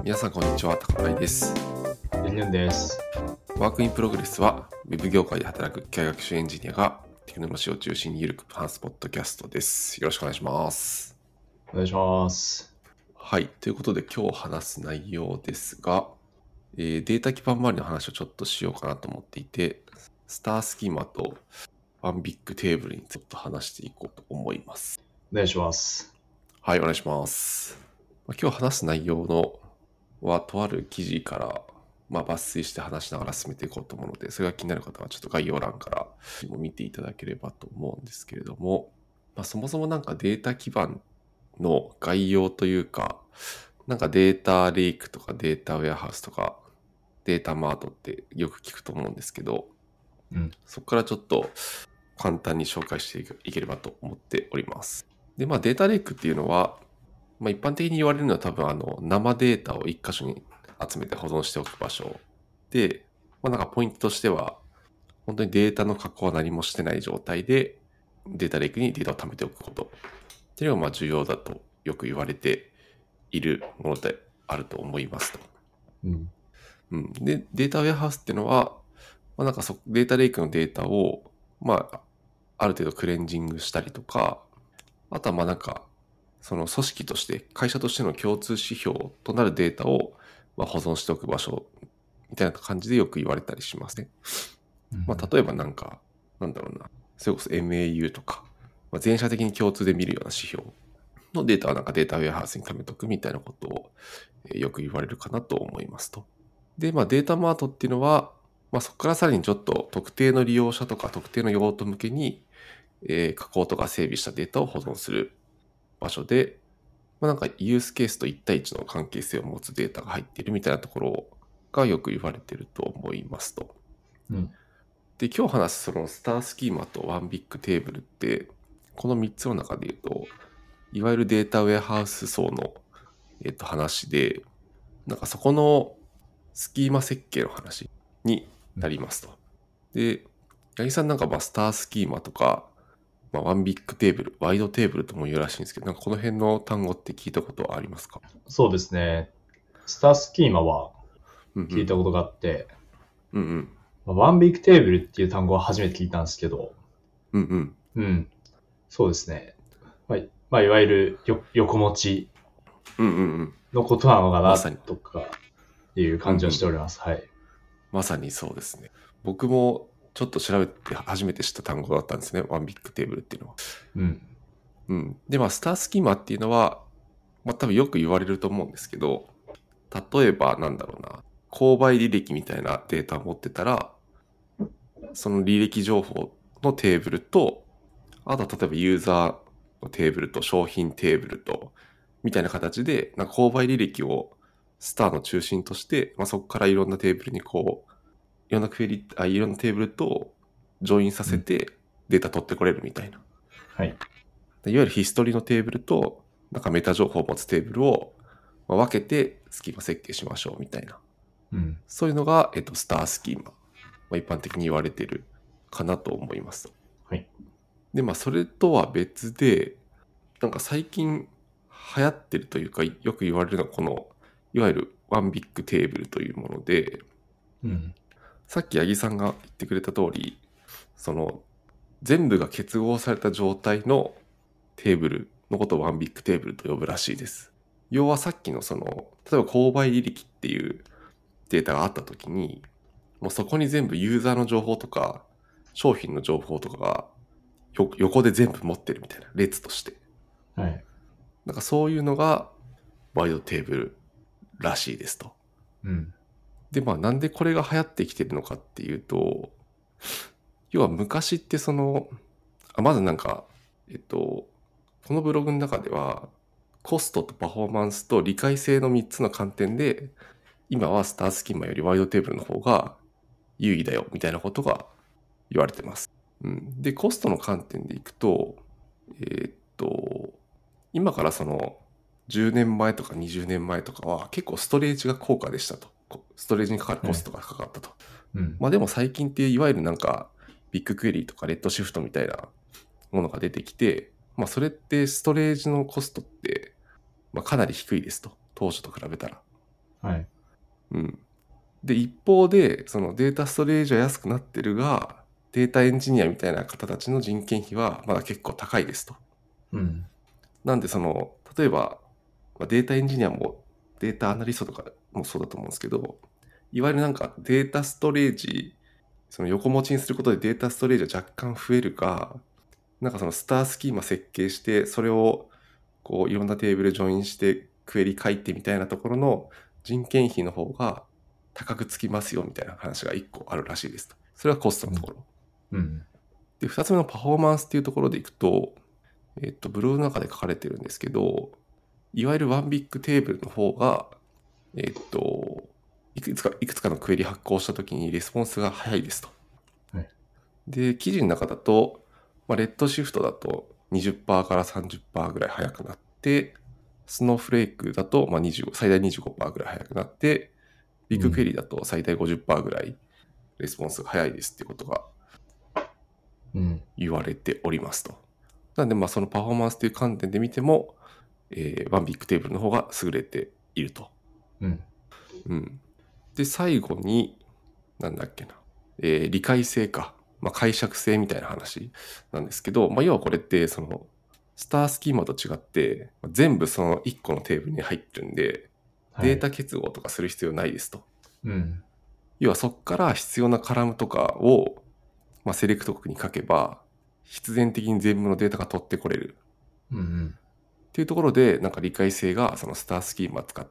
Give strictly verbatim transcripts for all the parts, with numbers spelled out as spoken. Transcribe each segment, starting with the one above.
皆さんこんにちは、高井です。 りぬんです。 ワークインプログレスは Web 業界で働く機械学習エンジニアがテクノロジーを中心にゆるく話すポッドキャストです。よろしくお願いします。 お願いします。 はい、ということで今日話す内容ですが、えーデータ基盤周りの話をちょっとしようかなと思っていて、スタースキーマとワンビッグテーブルにちょっと話していこうと思います。 お願いします。 はい、お願いします。まあ今日話す内容のはとある記事から、まあ、抜粋して話しながら進めていこうと思うので、それが気になる方はちょっと概要欄からも見ていただければと思うんですけれども、まあ、そもそもなんかデータ基盤の概要というか、なんかデータレイクとかデータウェアハウスとかデータマートってよく聞くと思うんですけど、 うん、 そこからちょっと簡単に紹介していければと思っております。で、まあデータレイクっていうのは、まあ、一般的に言われるのは多分あの生データを一箇所に集めて保存しておく場所で、まあ、なんかポイントとしては本当にデータの加工は何もしてない状態でデータレイクにデータを貯めておくことっていうのがまあ重要だとよく言われているものであると思いますと。 うんうん、で、データウェアハウスっていうのは、まあ、なんかそデータレイクのデータをまあある程度クレンジングしたりとか、あとはまあなんかその組織として会社としての共通指標となるデータをまあ保存しておく場所みたいな感じでよく言われたりしますね。 うんまあ、例えばなんかなんだろうな、それこそ エムエーユー とか、まあ、全社的に共通で見るような指標のデータはなんかデータウェアハウスに貯めとくみたいなことをよく言われるかなと思いますと。で、まあデータマートっていうのは、まあ、そこからさらにちょっと特定の利用者とか特定の用途向けに、えー加工とか整備したデータを保存する場所で、まあ、なんかユースケースと一対一の関係性を持つデータが入っているみたいなところがよく言われていると思いますと。 うんで、今日話すそのスタースキーマとワンビッグテーブルって、このみっつの中で言うと、いわゆるデータウェアハウス層の、えっと話で、なんかそこのスキーマ設計の話になりますと。で、八木さんなんかまあスタースキーマとか、まあ、ワンビッグテーブル、ワイドテーブルとも言うらしいんですけど、なんかこの辺の単語って聞いたことはありますか？ そうですね。スタースキーマはうん聞いたことがあって、 うんうんまあワンビッグテーブルっていう単語は初めて聞いたんですけど、 うんうんうん、そうですね。まあ、まあ、いわゆるよ横持ちうんうんうんのことなのかなまさにとかいう感じはしております。はい。 まさにそうですね。僕もちょっと調べて初めて知った単語だったんですね。ワンビッグテーブルっていうのは。 うん。 うん。で、まあ、スタースキーマっていうのは、まあ、多分よく言われると思うんですけど、例えばなんだろうな、購買履歴みたいなデータを持ってたら、その履歴情報のテーブルと、あとは例えばユーザーのテーブルと商品テーブルと、みたいな形で、なんか購買履歴をスターの中心として、まあ、そこからいろんなテーブルにこう、いろんなクエリ、あ、いろんなテーブルとジョインさせてデータ取ってこれるみたいな。 はい。 いわゆるヒストリのテーブルと、なんかメタ情報を持つテーブルを分けてスキーマ設計しましょうみたいな。 うん。 そういうのが、えっと、スタースキーマ。まあ、一般的に言われているかなと思います。 はい。 で、まあ、それとは別で、なんか最近流行ってるというか、よく言われるのはこの、いわゆるワンビッグテーブルというもので、 うん。 さっき八木さんが言ってくれた通り、その全部が結合された状態のテーブルのことをワンビッグテーブルと呼ぶらしいです。要はさっきのその、例えば購買履歴っていうデータがあったときに、もうそこに全部ユーザーの情報とか、商品の情報とかがよ横で全部持ってるみたいな、列として。 はい。 なんかそういうのがワイドテーブルらしいですと。 うん。 で、まあなんでこれが流行ってきてるのかっていうと、要は昔ってその、あまずなんか、えっと、このブログの中では、コストとパフォーマンスと理解性のみっつの観点で、今はスタースキーマよりワイドテーブルの方が優位だよみたいなことが言われてます。うん、で、コストの観点でいくと、えーっと、今からそのじゅうねんまえとかにじゅうねんまえとかは結構ストレージが高価でしたと。ストレージにかかるコストがかかったと。 うん。 まあでも最近っていわゆるなんかビッグクエリーとかレッドシフトみたいなものが出てきて、まあそれってストレージのコストってまあかなり低いですと。当初と比べたら。 はい。 うん。で、一方で、そのデータストレージは安くなってるが、データエンジニアみたいな方たちの人件費はまだ結構高いですと。 うん。 なんで、その、例えば、まあデータエンジニアもデータアナリストとかもそうだと思うんですけど、いわゆるなんかデータストレージ、その横持ちにすることでデータストレージは若干増えるが、なんかそのスタースキーマ設計して、それをこういろんなテーブルジョインしてクエリ書いてみたいなところの人件費の方が高くつきますよみたいな話がいっこあるらしいですと。それはコストのところ。 うん。 で、ふたつめのパフォーマンスっていうところでいくと、えっと、ブログの中で書かれてるんですけど、いわゆるワンビッグテーブルの方が、えっと、いくつか、いくつかのクエリ発行したときにレスポンスが早いですと。 はい。 で、記事の中だと、まあ、レッドシフトだとにじゅっパーセントからさんじゅっパーセントぐらい速くなって、スノーフレークだとまあにじゅうご最大 にじゅうごパーセントぐらい速くなって、ビッグクエリだと最大 ごじゅっパーセント ぐらいレスポンスが速いですっていうことが言われておりますと。なので、まあそのパフォーマンスという観点で見ても、えー、ワンビッグテーブルの方が優れていると。 うん。 うん。で、最後に、なんだっけな、えー理解性か。まあ、解釈性みたいな話なんですけど、まあ、要はこれって、その、スタースキーマと違って、全部そのいっこのテーブルに入ってるんで、 はい。 データ結合とかする必要ないですと。 うん。 要はそこから必要なカラムとかを、まあ、セレクト国に書けば、必然的に全部のデータが取ってこれる。 うん。 っていうところで、なんか理解性がそのスタースキーマ使って、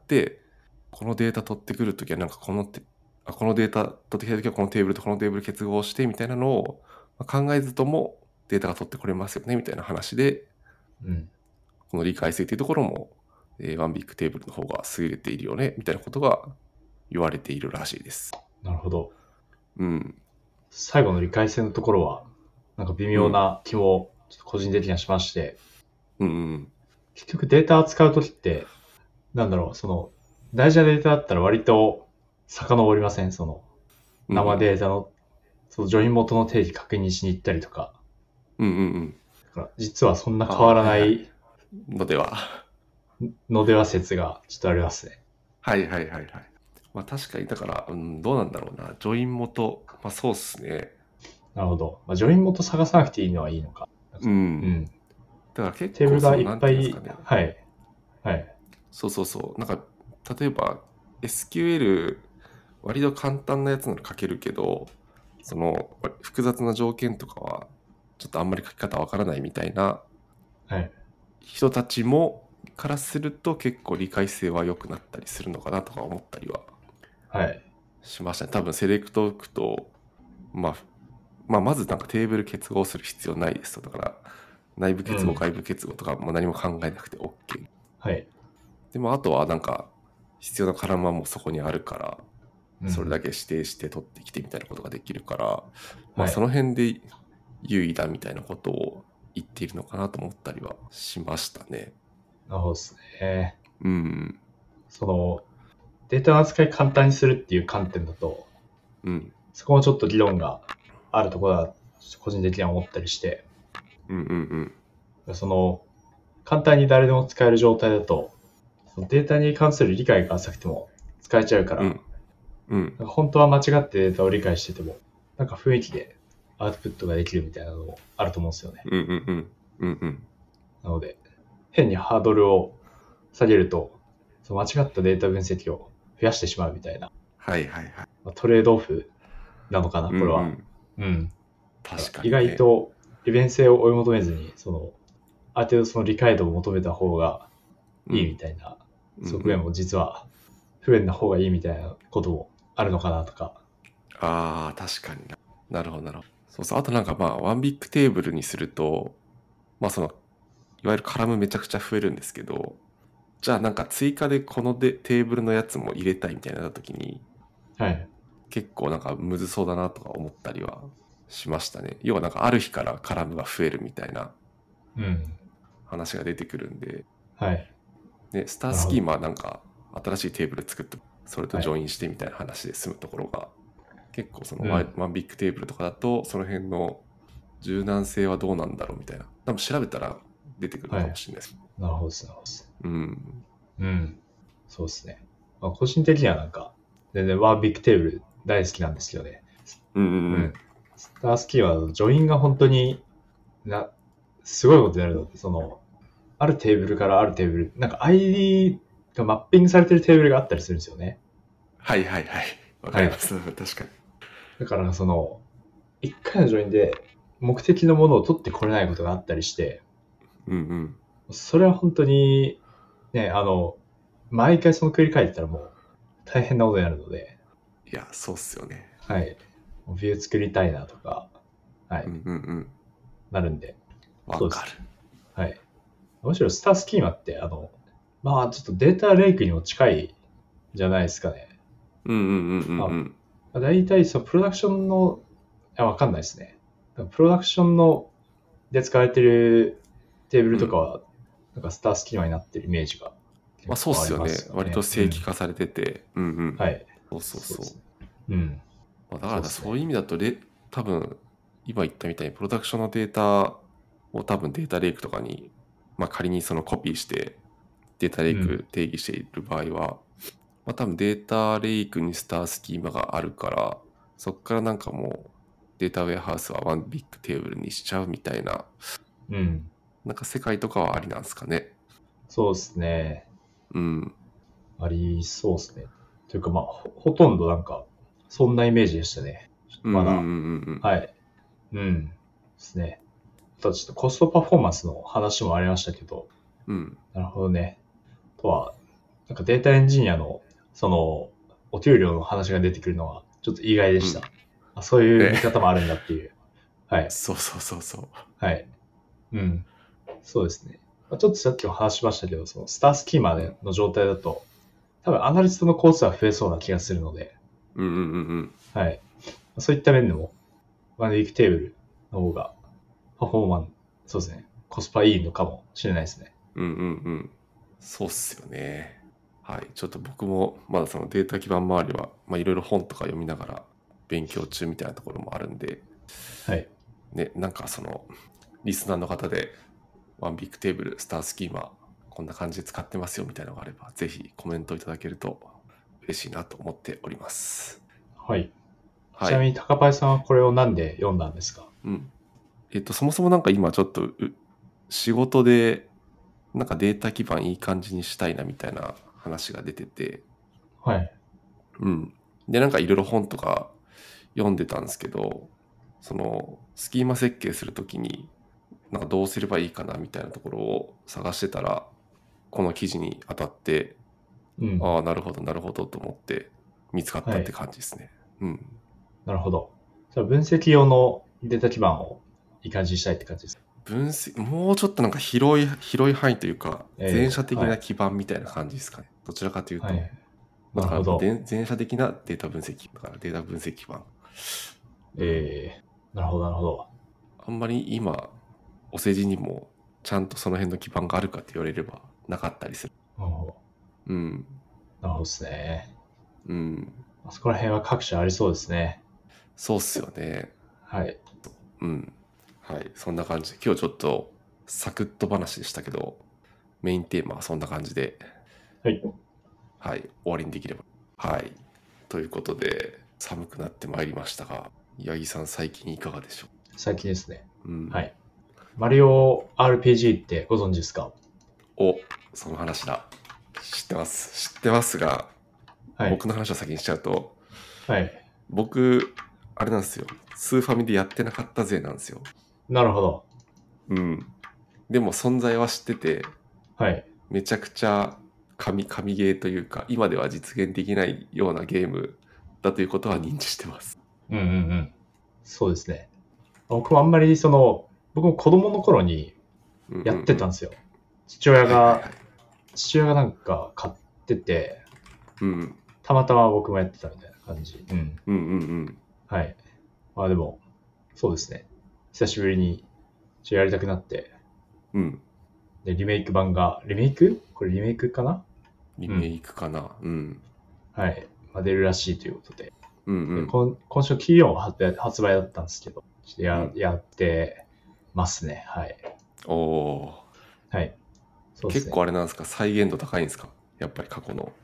このデータ取ってくるときは、なんかこのてあこのデータ取ってきたときはこのテーブルとこのテーブル結合してみたいなのをまあ考えずともデータが取ってこれますよねみたいな話で、 うん。 この理解性というところも、えーワンビッグテーブルの方が優れているよねみたいなことが言われているらしいです。 なるほど。 うん。 最後の理解性のところは、なんか微妙な気も、ちょっと個人的にはしまして、 うんうん結局データ扱うときって、なんだろう、その、大事なデータだったら割と遡りませんその、 うん。 生データの、そのジョイン元の定義確認しに行ったりとか、 うんうんうん。 だから実はそんな変わらなあーはいはいいのでは。 のでは説がちょっとありますね。 はいはいはいはい。まあ確かに、だから、うん、どうなんだろうな。ジョイン元、まあそうっすね。 なるほど。まあ、ジョイン元探さなくていいのはいいのか。 う。 うんん。 だから結テーブルがい構その、なんっぱい、 ていうんですかね。 はい。はい。 そうそうそう。なんか、例えば エスキューエル、割と簡単なやつなら書けるけど、その複雑な条件とかは、ちょっとあんまり書き方わからないみたいなはい。 人たちも、からすると結構理解性は良くなったりするのかなとか思ったりははい。 しましたね。多分セレクトを置くと、まあ、まあ、まずなんかテーブル結合する必要ないですと。だから、内部結合、 うん外部結合とかも何も考えなくて OK。 はい。 でも、あとはなんか、必要なカラムはもうそこにあるから、 うんそれだけ指定して取ってきてみたいなことができるから、まあはいその辺で優位だみたいなことを言っているのかなと思ったりはしましたね。 なるほどですね。 うん。 その、データの扱い簡単にするっていう観点だと、 うん。 そこもちょっと議論があるところだ、個人的には思ったりして、 うんうんうん。 その、簡単に誰でも使える状態だと、そのデータに関する理解が浅くても使えちゃうから、 うん。うん。 なんか本当は間違ってデータを理解してても、なんか雰囲気でアウトプットができるみたいなのもあると思うんですよね。 うんうんうん。うんうん。 なので、変にハードルを下げると、その間違ったデータ分析を増やしてしまうみたいな、 はいはいはい。 まあ、トレードオフなのかな、これは。 うんうん、 うん。 確かに、 意ね。 外と利便性を追い求めずに、その、ある程度その理解度を求めた方がいいみたいな側面も実は不便な方がいいみたいなこともあるのかなとか。 ああ、確かにな。なるほどなるほど。そうそう。あとなんかまあ、ワンビッグテーブルにすると、まあその、いわゆるカラムめちゃくちゃ増えるんですけど、じゃあなんか追加でこのでテーブルのやつも入れたいみたいな時に、 はい。 結構なんかむずそうだなとか思ったりはしましたね。要はなんかある日からカラムが増えるみたいなうん。 話が出てくるんで、 はい。 ね、スタースキーマはなんか新しいテーブル作ってそれとジョインしてみたいな話で済むところが、結構そのワン、ワンビッグテーブルとかだとその辺の柔軟性はどうなんだろうみたいな、多分調べたら出てくるかもしれないです。 なるほどです。なるほどです。 うん。 うん。そうですね。 まあ、個人的にはなんか、全然ワンビッグテーブル大好きなんですけどね。 うんうんううんん。スタースキーはジョインが本当にな、すごいことになるので、その、あるテーブルからあるテーブル、なんか アイディー がマッピングされてるテーブルがあったりするんですよね。 はいはいはい。わかはい。 ります。確かに。 だからその、一回のジョインで目的のものを取ってこれないことがあったりして、 うんうん。 それは本当に、ね、あの、毎回その繰り返ってたらもう大変なことになるので、 いや、そうっすよね。 はい。ビュー作りたいなとか、はい、 うんうんうん。 なるんで、そうですね。 わかる。 はい。むしろスタースキーマって、あの、まあちょっとデータレイクにも近いじゃないですかね。 うんうんうんうんまうん。 あ、大体そのプロダクションの、いや、わかんないですね。プロダクションので使われてるテーブルうん。 とかは、なんかスタースキーマになってるイメージがまあそうっ結構ありますよね。 すよね。 割と正規うん。 化されてて。うんうん。 はい。 そうそうそう。 そうですね。うん。 まあ、だからそうですね。 そういう意味だとレ、多分、今言ったみたいにプロダクションのデータを多分データレイクとかに、まあ仮にそのコピーしてデータレイうん。 ク定義している場合は、まあ多分データレイクにスタースキーマがあるから、そこからなんかもうデータウェアハウスはワンビッグテーブルにしちゃうみたいな、 うん。 なんか世界とかはありなんですかね。 そうですね。 うん。 ありそうですね。というか、まあ、ほ、ほとんどなんか、そんなイメージでしたね。 うんうんうんまだ。 うんはい。うん。ですね。あとはちょっとコストパフォーマンスの話もありましたけど、 うん。うん。 なるほどね。あとは、なんかデータエンジニアの、その、お給料の話が出てくるのは、ちょっと意外でうん。 した。あ、そういうね。 見方もあるんだっていう。はい。 そうそうそうそう。 はい。うん。そうですね。まあ、ちょっとさっきも話しましたけど、そのスタースキーマうん。 の状態だと、多分アナリストのコースは増えそうな気がするので、 うんうんうんうん。 はい。そういった面でも、ワンウィークテーブルの方が、パフォーマンス、そうですね。コスパいいのかもしれないですね。 うんうんうん。そうっすよね。はい。ちょっと僕もまだそのデータ基盤周りは、まあいろいろ本とか読みながら勉強中みたいなところもあるんで、 はい。 ね、なんかその、リスナーの方で、ワンビッグテーブル、スタースキーマ、こんな感じで使ってますよみたいなのがあれば、ぜひコメントいただけると嬉しいなと思っております。 はい。ちはい。 なみに高林さんはこれを何で読んだんですか？ うん。えっと、そもそもなんか今ちょっとう仕事でなんかデータ基盤いい感じにしたいなみたいな話が出てて、 はい。 うん。で、なんかいろいろ本とか読んでたんですけど、そのスキーマ設計するときに、なんかどうすればいいかなみたいなところを探してたら、この記事に当たって、 うん。 ああ、なるほど、なるほどと思って見つかったってはい。 感じですね。うん。 なるほど。じゃあ分析用のデータ基盤をいい感じにしたいって感じですか？ 分析、もうちょっとなんか広い、広い範囲というか、前者的ええ、はい。 な基盤みたいな感じですかね。どちらかというと。 はい。 まあ、だからなるほど。 で前者的なデータ分析、だからデータ分析基盤。うん。 ええ、なるほど、なるほど。 あんまり今、お世辞にもちゃんとその辺の基盤があるかって言われればなかったりする。 なるほど。 うん。 なるほどですね。 うん。 あそこら辺は各社ありそうですね。 そうっすよね。 はい。 うん。はい。そんな感じで。今日ちょっとサクッと話でしたけど、メインテーマはそんな感じで、 はい。 はい。終わりにできれば。はい。ということで、寒くなってまいりましたが、八木さん最近いかがでしょ最近ですね。 う？うん。 はい。マリオ アールピージー ってご存知ですか？ お、その話だ。知ってます。知ってますが、 はい。 僕の話を先にしちゃうと、 はい。 僕、あれなんですよ。スーファミでやってなかったぜなんですよ。 なるほど。 うん。でも存在は知ってて、 はい。 めちゃくちゃ神、神ゲーというか、今では実現できないようなゲームだということは認知してます。 うんうんうん。そうですね。僕もあんまりその、僕も子供の頃にうんうんやってうん。 たんですよ。父親が、 はいはいはい。 父親がなんか買ってて、 うん。 たまたま僕もやってたみたいな感じ。うん。 うんうんうん。 はい。まあでも、そうですね。久しぶりにちょっとやりたくなって、 うん。 で、リメイク版が、リメイクこれリメイクかな？ リメうん。 イクかな。うん。 はい。まあ、出るらしいということで。で、 うんうん。 今今週金曜発発売だったんですけど、ちょっとや、 うん。 やってますね。はい。 おー。 はい。そうですね。 結構あれなんですか、再現度高いんですか、やっぱり過去の。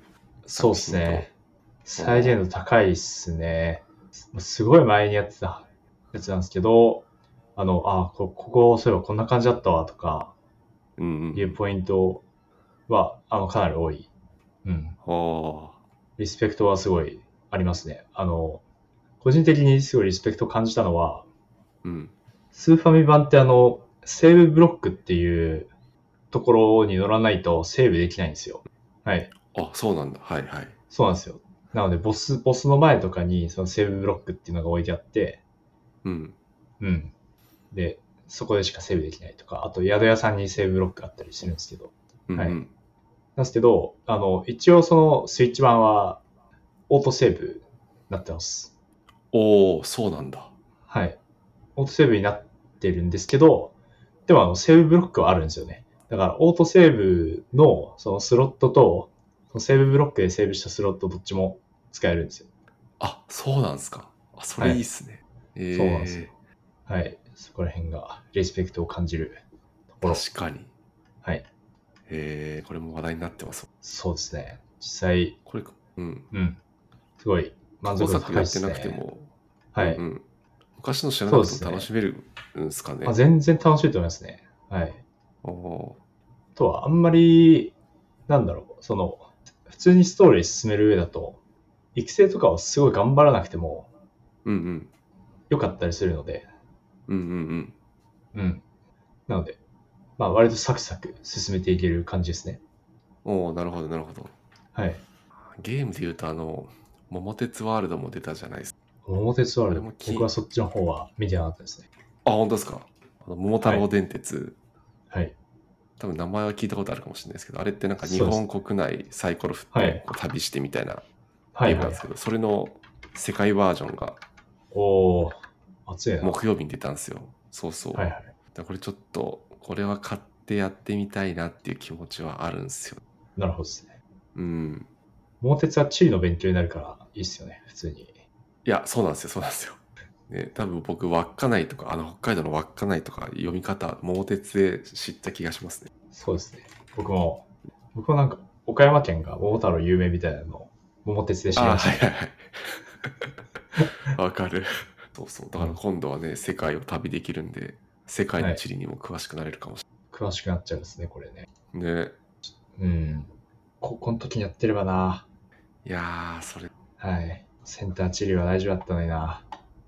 そうっすね。再現度高いっすね。すごい前にやってたやつなんですけど、あの、あ、こここそういえばこんな感じだったわとか、 うんうん。 いうポイントは、あの、かなり多い。うん。 はあ。 リスペクトはすごいありますね。あの、個人的にすごいリスペクトを感じたのは、 うん。 スーファミ版ってあの、セーブブロックっていうところに乗らないとセーブできないんですよ。はい。 あ、そうなんだ。はいはい。 そうなんですよ。なので、ボス、ボスの前とかにそのセーブブロックっていうのが置いてあって、 うん。 うん。で、そこでしかセーブできないとか、あと宿屋さんにセーブブロックあったりするんですけど、 うんうん。 はい。なんですけど、あの、一応そのスイッチ版はオートセーブになってます。 おー、そうなんだ。 はい。オートセーブになってるんですけど、でもあの、セーブブロックはあるんですよね。だから、オートセーブのそのスロットと、そのセーブブロックでセーブしたスロットどっちも使えるんですよ。 あ、そうなんですか。あ、それいいっすね。えー、 そうなんですよ。はい。そこら辺がリスペクトを感じるところ。 確かに。 はい。 えー、これも話題になってます。 そうですね。実際、 これ、うん。 うん。すごい満足度高いですね。 やってなくても、 はい、 うんうん、昔の知らなくても楽しめるんですかね。 ね、あ全然楽しいと思いますね。はい。 おとは、あんまり、なんだろう、その、普通にストーリー進める上だと、育成とかをすごい頑張らなくても、 うんうん。 良かったりするので、 うんうんうん。 うん。なので、まあ、割とサクサク進めていける感じですね。 おお、なるほど、なるほど。 はい。 ゲームで言うと、あの、桃鉄ワールドも出たじゃないですか。 桃鉄ワールド、僕はそっちの方は見てなかったですね。 あ、本当ですか。あの桃太郎電鉄、 はい。はい。 多分名前は聞いたことあるかもしれないですけど、あれってなんか日本国内サイコロ振って旅してみたいなゲームなんですけど、それの世界バージョンがおー、熱いな。 木曜日に出たんですよ。そうそう。 はいはい。 だこれちょっと、これは買ってやってみたいなっていう気持ちはあるんですよ。 なるほどですね。 うん。 桃鉄は地理の勉強になるからいいっすよね、普通に。 いや、そうなんですよ、そうなんですよ。ね、多分僕、稚内とか、あの北海道の稚内とか読み方、桃鉄で知った気がしますね。 そうですね。僕も、僕もなんか、岡山県が桃太郎有名みたいなのを桃鉄で知りました、ね。 あ、はいはいはい。わかる。そうそう。だから今度はね、うん、世界を旅できるんで、世界の地理にも詳しくなれるかもしれない。はい、詳しくなっちゃうんですね、これね。 ね。 うん。高校の時にやってればな。 いやー、それ。 はい。センター地理は大丈夫だったのにな。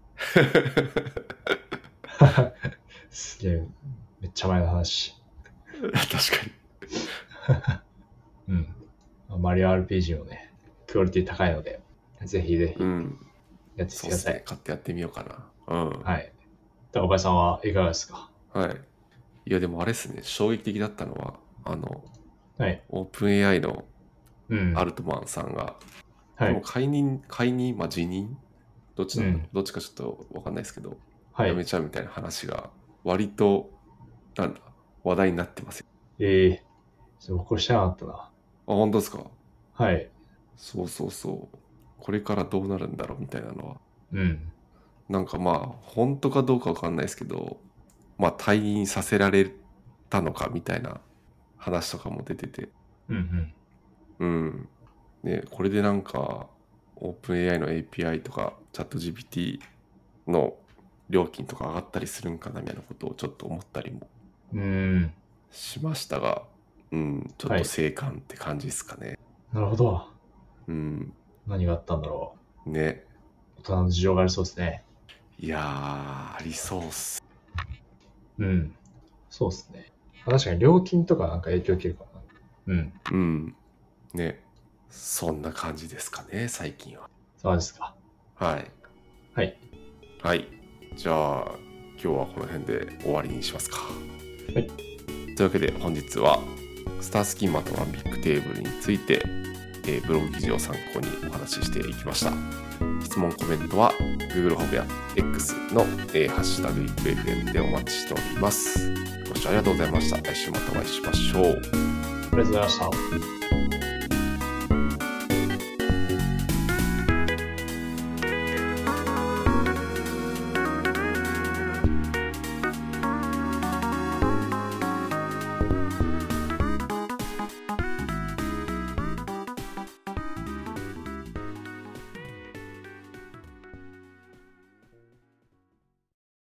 すげえ、めっちゃ前の話。 確かに。うん。マリオ アールピージー もね、クオリティ高いので、ぜひぜひ、やってみてください、うん。そうですね。 買ってやってみようかな。うん。 はい。高林さんはいかがですか？ はい。いや、でもあれですね、衝撃的だったのは、あの、 はい、 オープン エーアイ のアルトマンさんが、うん、でも解任、解任、まあ辞任どっちなんだろう、うん、どっちかちょっとわかんないですけど、はい、やめちゃうみたいな話が、割と、なんだ、話題になってますよ。 ええー、僕これ知らなかったな。あ、 本当ですか？ はい。 そうそうそう。これからどうなるんだろうみたいなのは。 うん。 なんかまあ、本当かどうかわかんないですけど、まあ退院させられたのかみたいな話とかも出てて。 うんうん。うんね、これでなんか、オープン エーアイ の エーピーアイ とか、チャット ジーピーティー の料金とか上がったりするんかなみたいなことをちょっと思ったりもしましたが、うん、ちょっと静観って感じですかね。はい、 なるほど。 うん。 何があったんだろう。ね。 大人の事情がありそうですね。 いやー、ありそうっす。 うん。そうっすね。確かに料金とかなんか影響受けるかな。うん。 うん。ね。そんな感じですかね、最近は。 そうですか。 はい。 はい。 はい。じゃあ、今日はこの辺で終わりにしますか。 はい。 というわけで本日は、スタースキーマとワンビッグテーブルについて、えー、ブログ記事を参考にお話ししていきました。質問、コメントは Google ホームや X の、えー、ハッシュタグ イップエフエム でお待ちしております。ご視聴ありがとうございました。来週またお会いしましょう。ありがとうございました。